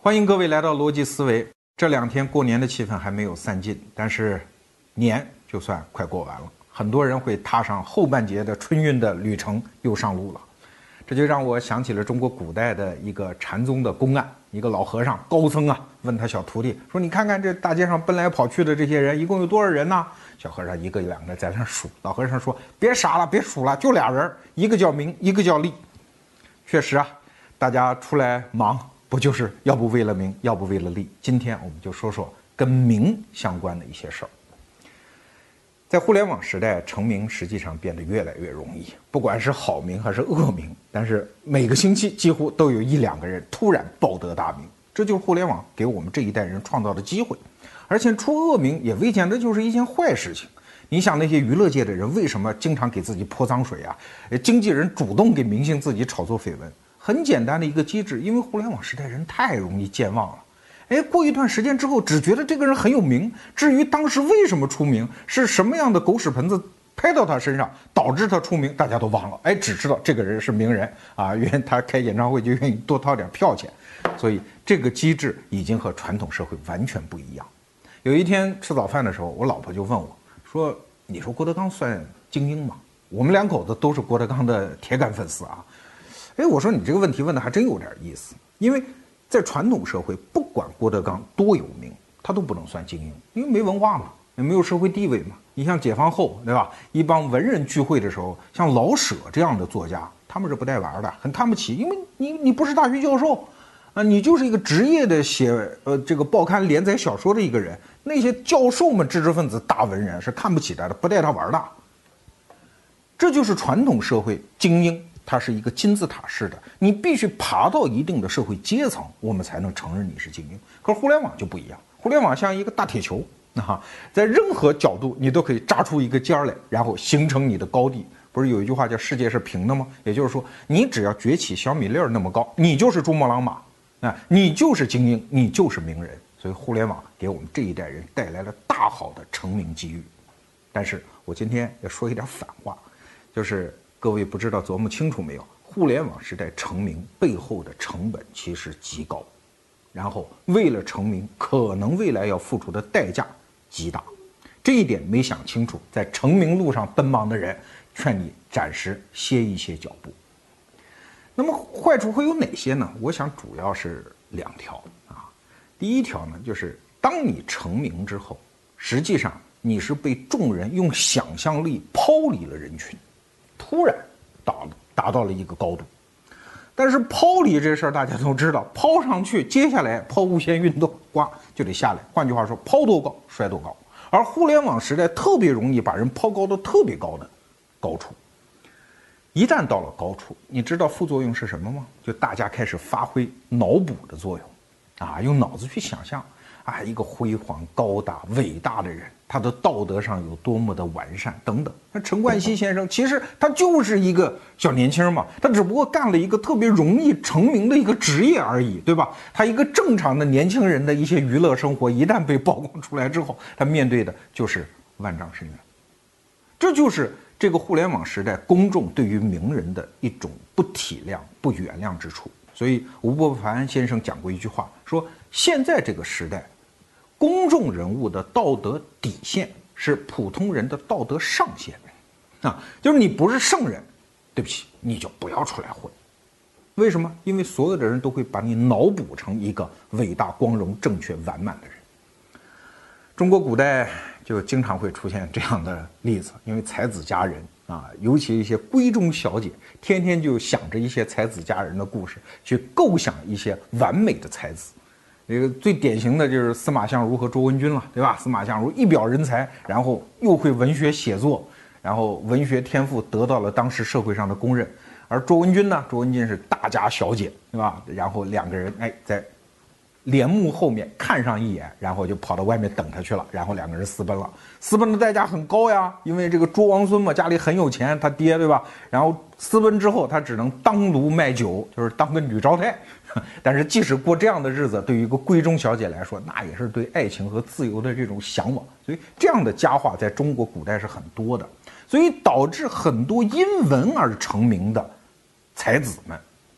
欢迎各位来到逻辑思维。这两天过年的气氛还没有散尽，但是年就算快过完了，很多人会踏上后半截的春运的旅程，又上路了。这就让我想起了中国古代的一个禅宗的公案，一个老和尚高僧啊，问他小徒弟说：“你看看这大街上奔来跑去的这些人，一共有多少人呢？”小和尚一个两个在那数。老和尚说：“别傻了，别数了，就俩人，一个叫名，一个叫利。”确实啊，大家出来忙。不就是要不为了名，要不为了利？今天我们就说说跟名相关的一些事儿。在互联网时代，成名实际上变得越来越容易，不管是好名还是恶名，但是每个星期几乎都有一两个人突然报得大名，这就是互联网给我们这一代人创造的机会。而且出恶名也未见得就是一件坏事情。你想那些娱乐界的人为什么经常给自己泼脏水啊？经纪人主动给明星自己炒作绯闻。很简单的一个机制，因为互联网时代人太容易健忘了。过一段时间之后，只觉得这个人很有名，至于当时为什么出名，是什么样的狗屎盆子拍到他身上导致他出名，大家都忘了。只知道这个人是名人啊，愿他开演唱会就愿意多掏点票钱。所以这个机制已经和传统社会完全不一样。有一天吃早饭的时候，我老婆就问我说：“你说郭德纲算精英吗？”我们两口子都是郭德纲的铁杆粉丝啊。我说你这个问题问的还真有点意思，因为在传统社会，不管郭德纲多有名，他都不能算精英，因为没文化嘛，也没有社会地位嘛。你像解放后，对吧？一帮文人聚会的时候，像老舍这样的作家，他们是不带玩的，很看不起，因为你不是大学教授啊，你就是一个职业的写这个报刊连载小说的一个人。那些教授们、知识分子、大文人是看不起他的，不带他玩的。这就是传统社会精英。它是一个金字塔式的，你必须爬到一定的社会阶层，我们才能承认你是精英。可是互联网就不一样，互联网像一个大铁球啊，在任何角度你都可以扎出一个尖来，然后形成你的高地。不是有一句话叫世界是平的吗？也就是说，你只要崛起小米粒儿那么高，你就是珠穆朗玛啊，你就是精英，你就是名人。所以互联网给我们这一代人带来了大好的成名机遇。但是我今天要说一点反话，就是各位不知道琢磨清楚没有，互联网时代成名背后的成本其实极高，然后为了成名可能未来要付出的代价极大，这一点没想清楚，在成名路上奔忙的人，劝你暂时歇一歇脚步。那么坏处会有哪些呢？我想主要是两条啊。第一条呢，就是当你成名之后，实际上你是被众人用想象力抛离了人群，突然达到了一个高度。但是抛离这事儿大家都知道，抛上去接下来抛物线运动呱就得下来，换句话说，抛多高摔多高。而互联网时代特别容易把人抛高到特别高的高处，一旦到了高处，你知道副作用是什么吗？就大家开始发挥脑补的作用啊，用脑子去想象啊，一个辉煌高大伟大的人，他的道德上有多么的完善等等。那陈冠希先生其实他就是一个小年轻嘛，他只不过干了一个特别容易成名的一个职业而已，对吧？他一个正常的年轻人的一些娱乐生活一旦被曝光出来之后，他面对的就是万丈深渊。这就是这个互联网时代公众对于名人的一种不体谅不原谅之处。所以吴伯凡先生讲过一句话，说现在这个时代公众人物的道德底线是普通人的道德上限啊，就是你不是圣人，对不起，你就不要出来混。为什么？因为所有的人都会把你脑补成一个伟大、光荣、正确、完满的人。中国古代就经常会出现这样的例子，因为才子佳人啊，尤其一些闺中小姐，天天就想着一些才子佳人的故事，去构想一些完美的才子。这个最典型的就是司马相如和卓文君了，对吧？司马相如一表人才，然后又会文学写作，然后文学天赋得到了当时社会上的公认。而卓文君呢，卓文君是大家小姐，对吧？然后两个人在帘幕后面看上一眼，然后就跑到外面等他去了，然后两个人私奔了。私奔的代价很高呀，因为这个卓王孙嘛，家里很有钱，他爹对吧？然后私奔之后，他只能当炉卖酒，就是当个女招待。但是即使过这样的日子，对于一个闺中小姐来说，那也是对爱情和自由的这种向往。所以这样的佳话在中国古代是很多的，所以导致很多因文而成名的才子们，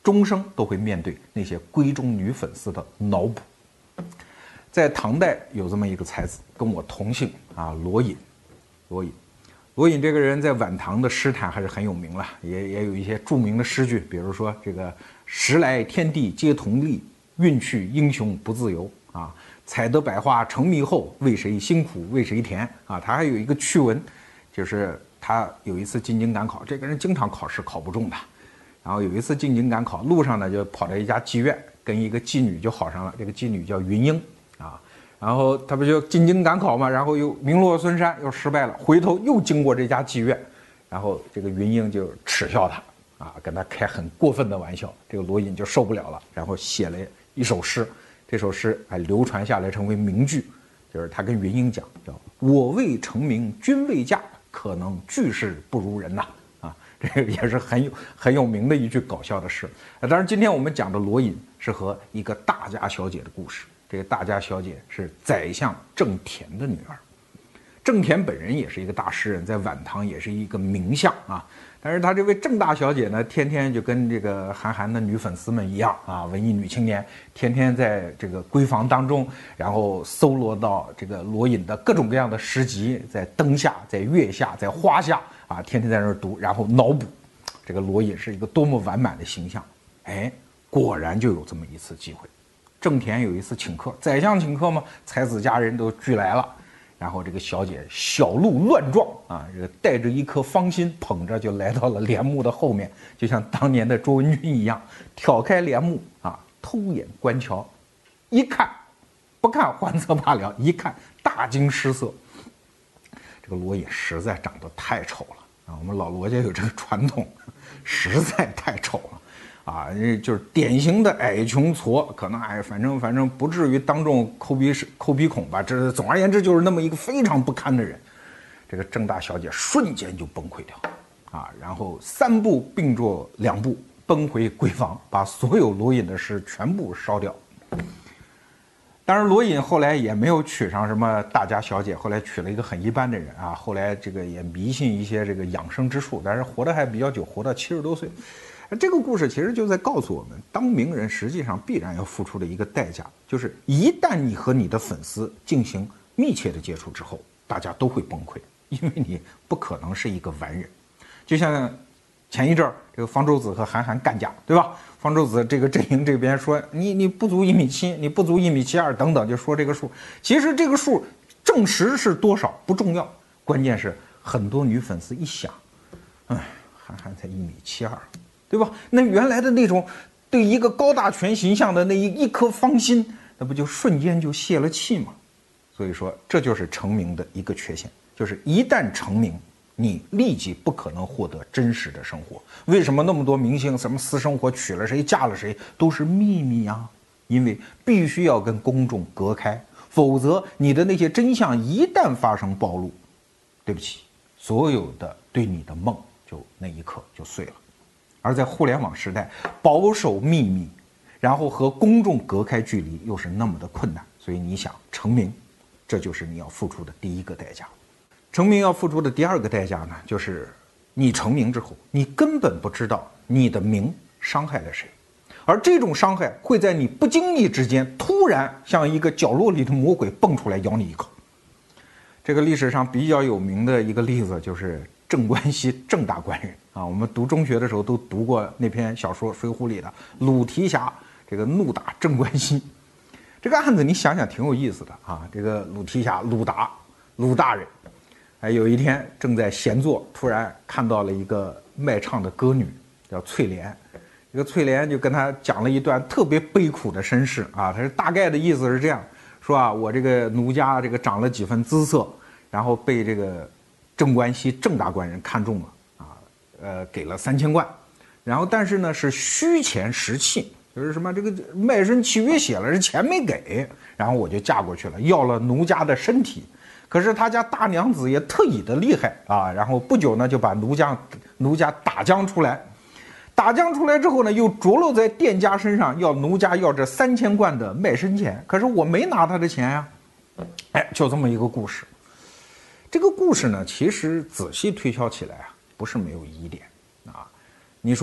终生都会面对那些闺中女粉丝的脑补。在唐代有这么一个才子，跟我同姓啊，罗隐。罗隐这个人在晚唐的诗坛还是很有名了，也有一些著名的诗句，比如说这个时来天地皆同力，运去英雄不自由啊，采得百花成蜜后，为谁辛苦为谁甜啊。他还有一个趣闻，就是他有一次进京赶考，这个人经常考试考不中的，然后有一次进京赶考，路上呢就跑到一家妓院，跟一个妓女就好上了，这个妓女叫云英啊。然后他不就进京赶考嘛，然后又名落孙山，又失败了，回头又经过这家妓院，然后这个云英就耻笑他啊，跟他开很过分的玩笑，这个罗隐就受不了了，然后写了一首诗，这首诗还流传下来成为名句，就是他跟云英讲，叫我未成名君未嫁，可能句式不如人呐啊，这个也是很有名的一句搞笑的诗。当然今天我们讲的罗隐是和一个大家小姐的故事。这个大家小姐是宰相郑田的女儿，郑田本人也是一个大诗人，在晚唐也是一个名相啊。但是她这位郑大小姐呢，天天就跟这个韩寒的女粉丝们一样啊，文艺女青年，天天在这个闺房当中，然后搜罗到这个罗隐的各种各样的诗集，在灯下，在月下，在花下啊，天天在那儿读，然后脑补这个罗隐是一个多么完满的形象。哎，果然就有这么一次机会。郑田有一次请客，宰相请客嘛，才子佳人都聚来了，然后这个小姐小鹿乱撞啊，这个带着一颗芳心，捧着就来到了帘幕的后面，就像当年的卓文君一样，挑开帘幕啊，偷眼观瞧，一看不看还则罢了，一看大惊失色。这个罗隐实在长得太丑了啊，我们老罗家有这个传统，实在太丑了。啊，就是典型的矮穷矬，可能反正不至于当众抠鼻孔吧。这总而言之就是那么一个非常不堪的人。这个郑大小姐瞬间就崩溃掉，啊，然后3步并作2步奔回闺房，把所有罗隐的诗全部烧掉。当然，罗隐后来也没有娶上什么大家小姐，后来娶了一个很一般的人啊。后来这个也迷信一些这个养生之术，但是活得还比较久，活到70多岁。这个故事其实就在告诉我们，当名人实际上必然要付出的一个代价，就是一旦你和你的粉丝进行密切的接触之后，大家都会崩溃，因为你不可能是一个完人。就像前一阵儿这个方舟子和韩寒干架，对吧？方舟子这个阵营这边说你不足1.7米，你不足1.72米等等，就说这个数。其实这个数证实是多少不重要，关键是很多女粉丝一想，韩寒才1.72米。对吧？那原来的那种对一个高大全形象的那一颗芳心，那不就瞬间就泄了气吗？所以说，这就是成名的一个缺陷，就是一旦成名，你立即不可能获得真实的生活。为什么那么多明星什么私生活娶了谁嫁了谁都是秘密啊？因为必须要跟公众隔开，否则你的那些真相一旦发生暴露，对不起，所有的对你的梦就那一刻就碎了。而在互联网时代，保守秘密，然后和公众隔开距离，又是那么的困难。所以你想成名，这就是你要付出的第一个代价。成名要付出的第2个代价呢，就是你成名之后，你根本不知道你的名伤害了谁，而这种伤害会在你不经意之间，突然像一个角落里的魔鬼蹦出来咬你一口。这个历史上比较有名的一个例子就是郑关西郑大官人啊，我们读中学的时候都读过那篇小说《水浒》里的鲁提辖这个怒打郑关西。这个案子你想想挺有意思的啊，这个鲁提辖鲁大人，有一天正在闲坐，突然看到了一个卖唱的歌女叫翠莲，这个翠莲就跟他讲了一段特别悲苦的身世啊，他是大概的意思是这样说啊，我这个奴家这个长了几分姿色，然后被这个郑关西郑大官人看中了啊，给了3000贯，然后但是呢是虚钱实契，就是什么这个卖身契约写了，这钱没给，然后我就嫁过去了，要了奴家的身体。可是他家大娘子也特意的厉害啊，然后不久呢就把奴家打将出来，打将出来之后呢，又着落在店家身上，要奴家要这3000贯的卖身钱，可是我没拿他的钱呀，就这么一个故事。这个故事呢，其实仔细推敲起来啊，不是没有疑点啊。你说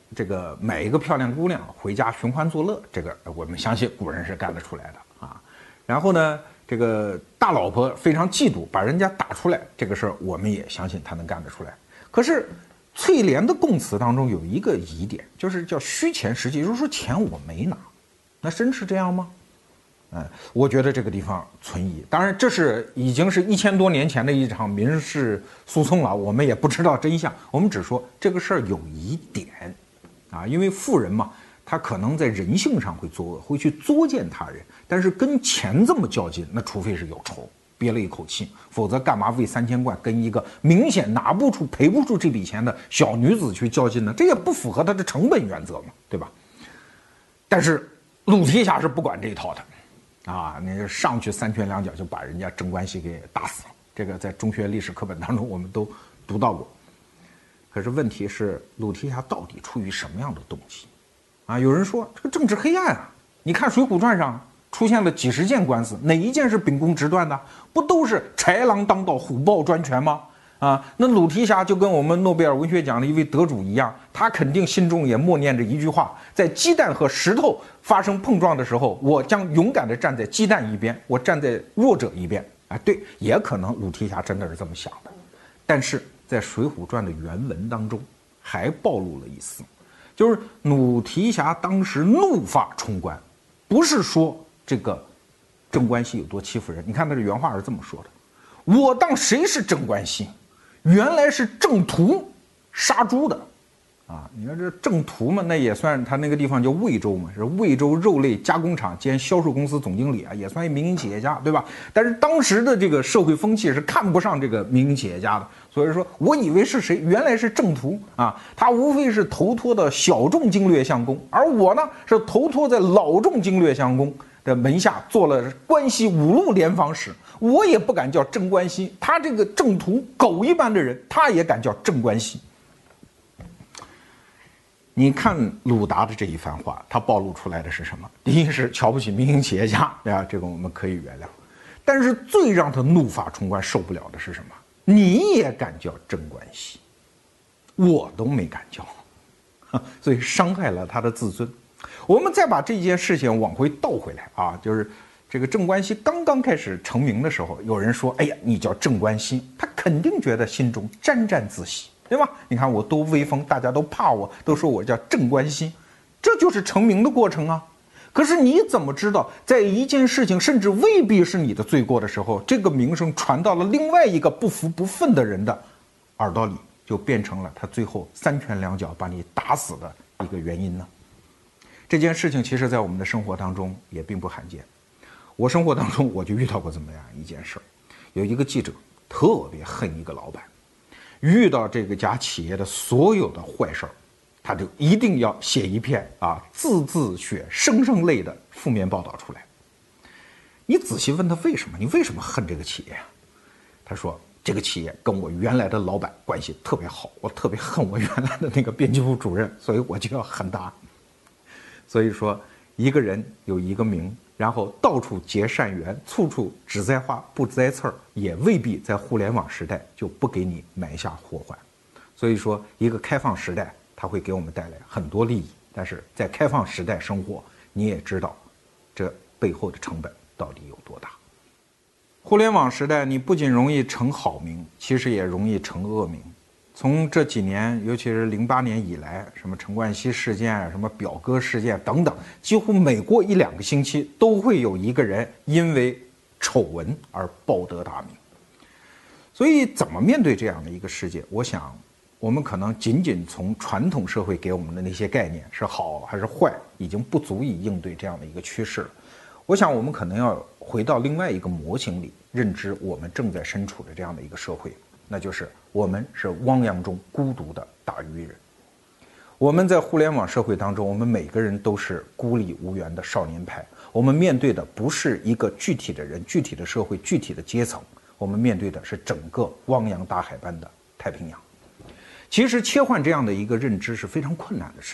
这个买一个漂亮姑娘回家寻欢作乐，这个我们相信古人是干得出来的啊。然后呢，这个大老婆非常嫉妒，把人家打出来，这个事儿我们也相信他能干得出来。可是翠莲的供词当中有一个疑点，就是叫虚钱实际，就是说钱我没拿，那真是这样吗？我觉得这个地方存疑。当然，这是已经是1000多年前的一场民事诉讼了，我们也不知道真相。我们只说这个事儿有疑点，啊，因为富人嘛，他可能在人性上会作恶，会去作践他人，但是跟钱这么较劲，那除非是有仇，憋了一口气，否则干嘛为3000贯跟一个明显拿不出、赔不出这笔钱的小女子去较劲呢？这也不符合他的成本原则嘛，对吧？但是鲁提辖是不管这一套的。啊，你上去3拳2脚就把人家镇关西给打死了，这个在中学历史课本当中我们都读到过。可是问题是，鲁提辖到底出于什么样的动机？啊，有人说这个政治黑暗啊，你看《水浒传》上出现了几十件官司，哪一件是秉公执断的？不都是豺狼当道，虎豹专权吗？啊，那鲁提辖就跟我们诺贝尔文学奖的一位得主一样，他肯定心中也默念着一句话：在鸡蛋和石头发生碰撞的时候，我将勇敢地站在鸡蛋一边，我站在弱者一边。啊，对，也可能鲁提辖真的是这么想的，但是在《水浒传》的原文当中还暴露了一丝，就是鲁提辖当时怒发冲冠，不是说这个镇关西有多欺负人，你看他的原话是这么说的：我当谁是镇关西？原来是郑屠杀猪的，啊，你看这郑屠嘛，那也算他那个地方叫魏州嘛，是魏州肉类加工厂兼销售公司总经理啊，也算一民营企业家，对吧？但是当时的这个社会风气是看不上这个民营企业家的，所以说我以为是谁，原来是郑屠啊，他无非是头托的小众经略相公，而我呢是头托在老众经略相公的门下做了关西5路联防使，我也不敢叫镇关西，他这个郑屠狗一般的人，他也敢叫镇关西。你看鲁达的这一番话，他暴露出来的是什么？第一是瞧不起民营企业家，对吧？这个我们可以原谅。但是最让他怒发冲冠、受不了的是什么？你也敢叫镇关西，我都没敢叫，所以伤害了他的自尊。我们再把这件事情往回倒回来啊，就是这个镇关西刚刚开始成名的时候，有人说：“哎呀，你叫镇关西。”他肯定觉得心中沾沾自喜，对吧？你看我多威风，大家都怕我，都说我叫镇关西，这就是成名的过程啊。可是你怎么知道，在一件事情甚至未必是你的罪过的时候，这个名声传到了另外一个不服不忿的人的耳朵里，就变成了他最后3拳2脚把你打死的一个原因呢？这件事情其实在我们的生活当中也并不罕见。我生活当中我就遇到过这么样一件事儿，有一个记者特别恨一个老板，遇到这个家企业的所有的坏事儿，他就一定要写一篇字字血声声泪的负面报道出来。你仔细问他为什么，你为什么恨这个企业啊？他说这个企业跟我原来的老板关系特别好，我特别恨我原来的那个编辑部主任，所以我就要恨他。所以说一个人有一个名，然后到处结善缘，处处只栽花不栽刺儿，也未必在互联网时代就不给你埋下祸患。所以说一个开放时代它会给我们带来很多利益，但是在开放时代生活，你也知道这背后的成本到底有多大。互联网时代你不仅容易成好名，其实也容易成恶名。从这几年，尤其是08年以来，什么陈冠希事件、什么表哥事件等等，几乎每过1-2个星期都会有一个人因为丑闻而报得大名。所以怎么面对这样的一个世界，我想我们可能仅仅从传统社会给我们的那些概念是好还是坏，已经不足以应对这样的一个趋势了。我想我们可能要回到另外一个模型里，认知我们正在身处的这样的一个社会，那就是我们是汪洋中孤独的大鱼人。我们在互联网社会当中，我们每个人都是孤立无援的少年派，我们面对的不是一个具体的人、具体的社会、具体的阶层，我们面对的是整个汪洋大海般的太平洋。其实切换这样的一个认知是非常困难的事情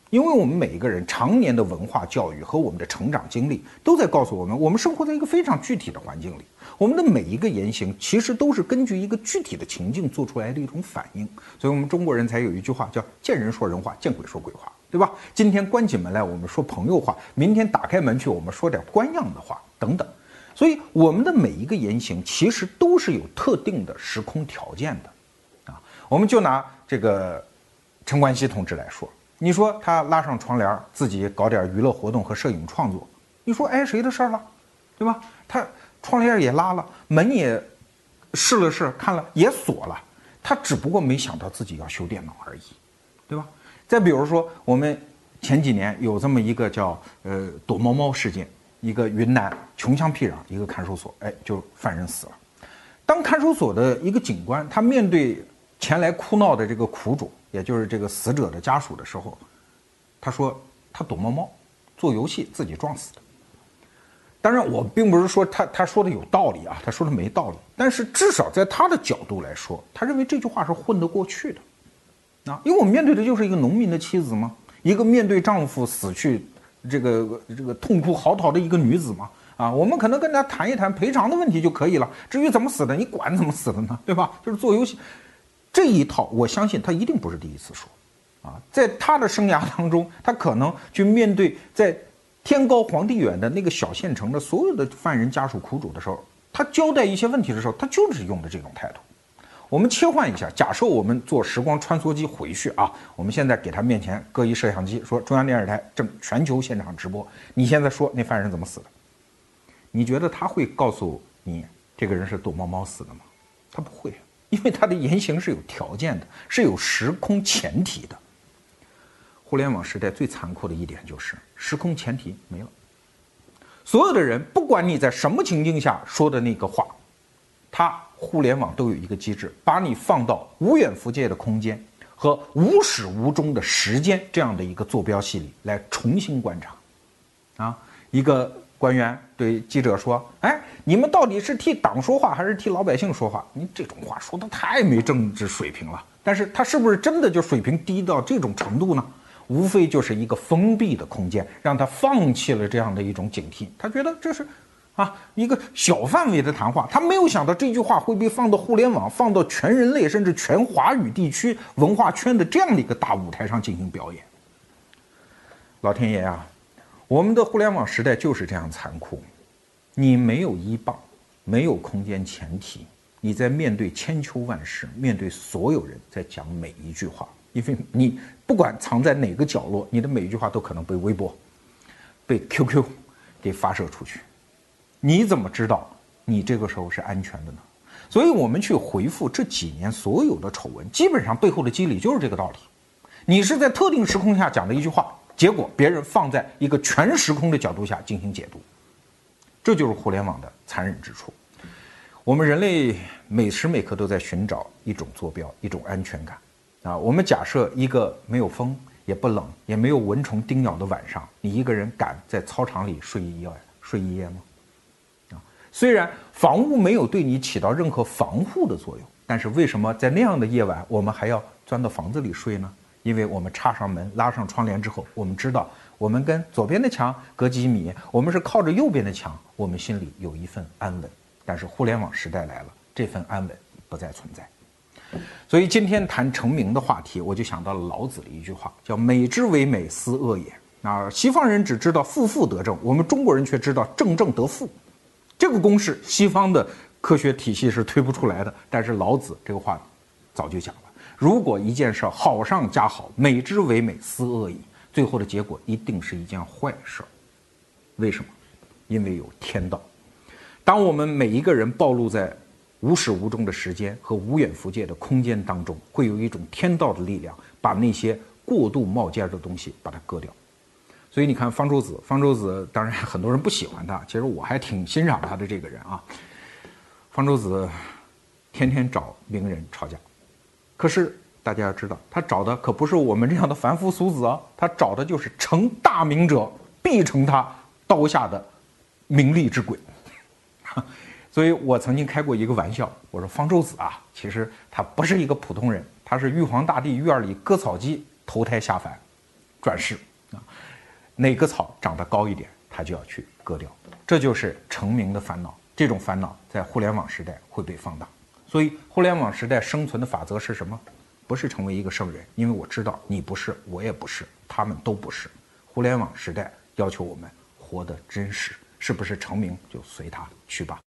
因为我们每一个人常年的文化教育和我们的成长经历都在告诉我们，我们生活在一个非常具体的环境里，我们的每一个言行其实都是根据一个具体的情境做出来的一种反应。所以我们中国人才有一句话叫见人说人话，见鬼说鬼话，对吧？今天关起门来我们说朋友话，明天打开门去我们说点官样的话等等。所以我们的每一个言行其实都是有特定的时空条件的啊。我们就拿这个陈冠希同志来说，你说他拉上窗帘自己搞点娱乐活动和摄影创作，你说哎谁的事儿了，对吧？他窗帘也拉了，门也试了试看了也锁了，他只不过没想到自己要修电脑而已，对吧？再比如说我们前几年有这么一个叫躲猫猫事件，一个云南穷乡僻壤一个看守所，哎就犯人死了。当看守所的一个警官他面对前来哭闹的这个苦主，也就是这个死者的家属的时候，他说他躲猫猫做游戏自己撞死的。当然我并不是说他说的有道理啊，他说的没道理，但是至少在他的角度来说，他认为这句话是混得过去的啊，因为我们面对的就是一个农民的妻子嘛，一个面对丈夫死去这个痛哭嚎啕的一个女子嘛，啊，我们可能跟他谈一谈赔偿的问题就可以了，至于怎么死的你管怎么死的呢，对吧？就是做游戏这一套，我相信他一定不是第一次说啊，在他的生涯当中，他可能去面对在天高皇帝远的那个小县城的所有的犯人家属苦主的时候，他交代一些问题的时候，他就是用的这种态度。我们切换一下，假设我们坐时光穿梭机回去啊，我们现在给他面前搁一摄像机，说中央电视台正全球现场直播，你现在说那犯人怎么死的，你觉得他会告诉你这个人是躲猫猫死的吗？他不会，因为他的言行是有条件的，是有时空前提的。互联网时代最残酷的一点就是时空前提没了，所有的人不管你在什么情境下说的那个话，它互联网都有一个机制，把你放到无远弗届的空间和无始无终的时间这样的一个坐标系里来重新观察。啊，一个官员对记者说：“哎，你们到底是替党说话还是替老百姓说话？你这种话说的太没政治水平了。但是他是不是真的就水平低到这种程度呢？无非就是一个封闭的空间，让他放弃了这样的一种警惕。他觉得这是一个小范围的谈话，他没有想到这句话会被放到互联网，放到全人类甚至全华语地区文化圈的这样的一个大舞台上进行表演。老天爷啊，我们的互联网时代就是这样残酷，你没有依傍，没有空间前提，你在面对千秋万世，面对所有人在讲每一句话，因为你不管藏在哪个角落，你的每一句话都可能被微博、被 QQ 给发射出去。你怎么知道你这个时候是安全的呢？所以我们去回复这几年所有的丑闻，基本上背后的机理就是这个道理。你是在特定时空下讲的一句话，结果别人放在一个全时空的角度下进行解读，这就是互联网的残忍之处。我们人类每时每刻都在寻找一种坐标，一种安全感啊。我们假设一个没有风也不冷也没有蚊虫叮咬的晚上，你一个人敢在操场里睡一夜吗？虽然房屋没有对你起到任何防护的作用，但是为什么在那样的夜晚我们还要钻到房子里睡呢？因为我们插上门拉上窗帘之后，我们知道我们跟左边的墙隔几米，我们是靠着右边的墙，我们心里有一份安稳。但是互联网时代来了，这份安稳不再存在。所以今天谈成名的话题，我就想到了老子的一句话，叫美之为美，斯恶也。西方人只知道负负得正，我们中国人却知道正正得负。这个公式西方的科学体系是推不出来的，但是老子这个话早就讲了，如果一件事好上加好，美之为美，斯恶已，最后的结果一定是一件坏事。为什么？因为有天道。当我们每一个人暴露在无始无终的时间和无远弗届的空间当中，会有一种天道的力量把那些过度冒尖的东西把它割掉。所以你看方舟子当然很多人不喜欢他，其实我还挺欣赏他的这个人啊。方舟子天天找名人吵架，可是大家要知道，他找的可不是我们这样的凡夫俗子啊，他找的就是成大名者必成他刀下的名利之鬼。所以我曾经开过一个玩笑，我说方舟子啊，其实他不是一个普通人，他是玉皇大帝院里割草机投胎下凡。 转世啊，哪个草长得高一点，他就要去割掉。这就是成名的烦恼。这种烦恼在互联网时代会被放大。所以互联网时代生存的法则是什么？不是成为一个圣人，因为我知道你不是，我也不是，他们都不是。互联网时代要求我们活得真实，是不是成名就随他去吧。